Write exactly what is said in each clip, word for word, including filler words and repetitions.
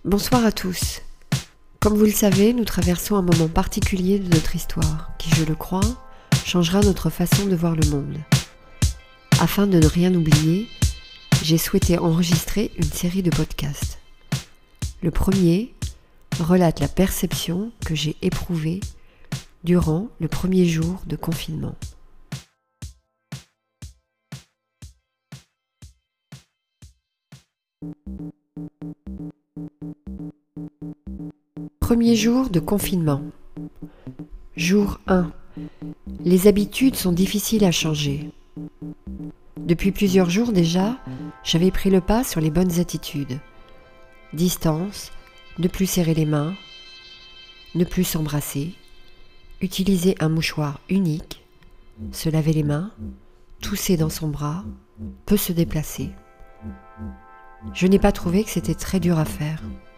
Bonsoir à tous. Comme vous le savez, nous traversons un moment particulier de notre histoire qui, je le crois, changera notre façon de voir le monde. Afin de ne rien oublier, j'ai souhaité enregistrer une série de podcasts. Le premier relate la perception que j'ai éprouvée durant le premier jour de confinement. Premier jour de confinement. Jour un. Les habitudes sont difficiles à changer. Depuis plusieurs jours déjà, j'avais pris le pas sur les bonnes attitudes. Distance, ne plus serrer les mains, ne plus s'embrasser, utiliser un mouchoir unique, se laver les mains, tousser dans son bras, peut se déplacer. Je n'ai pas trouvé que c'était très dur à faire.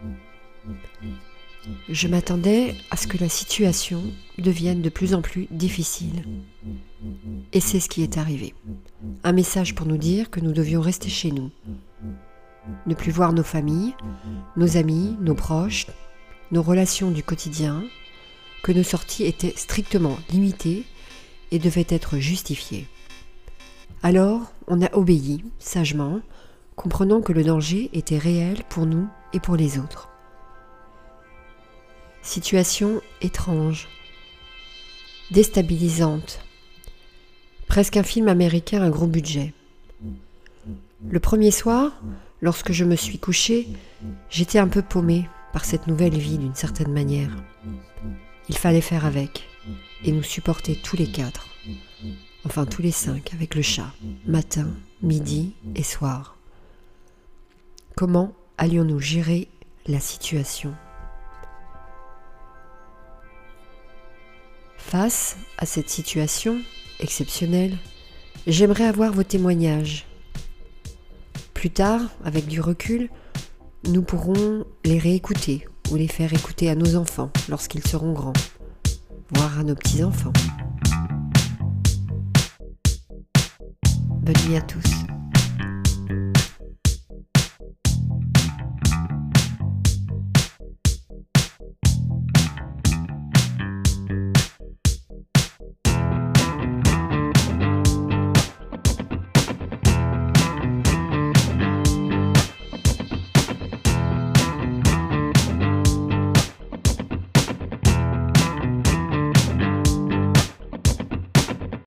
Je m'attendais à ce que la situation devienne de plus en plus difficile. Et c'est ce qui est arrivé. Un message pour nous dire que nous devions rester chez nous. Ne plus voir nos familles, nos amis, nos proches, nos relations du quotidien, que nos sorties étaient strictement limitées et devaient être justifiées. Alors, on a obéi, sagement, comprenant que le danger était réel pour nous et pour les autres. Situation étrange, déstabilisante, presque un film américain à gros budget. Le premier soir, lorsque je me suis couchée, j'étais un peu paumée par cette nouvelle vie d'une certaine manière. Il fallait faire avec et nous supporter tous les quatre, enfin tous les cinq avec le chat, matin, midi et soir. Comment allions-nous gérer la situation ? Face à cette situation exceptionnelle, j'aimerais avoir vos témoignages. Plus tard, avec du recul, nous pourrons les réécouter ou les faire écouter à nos enfants lorsqu'ils seront grands, voire à nos petits-enfants. Bonne nuit à tous.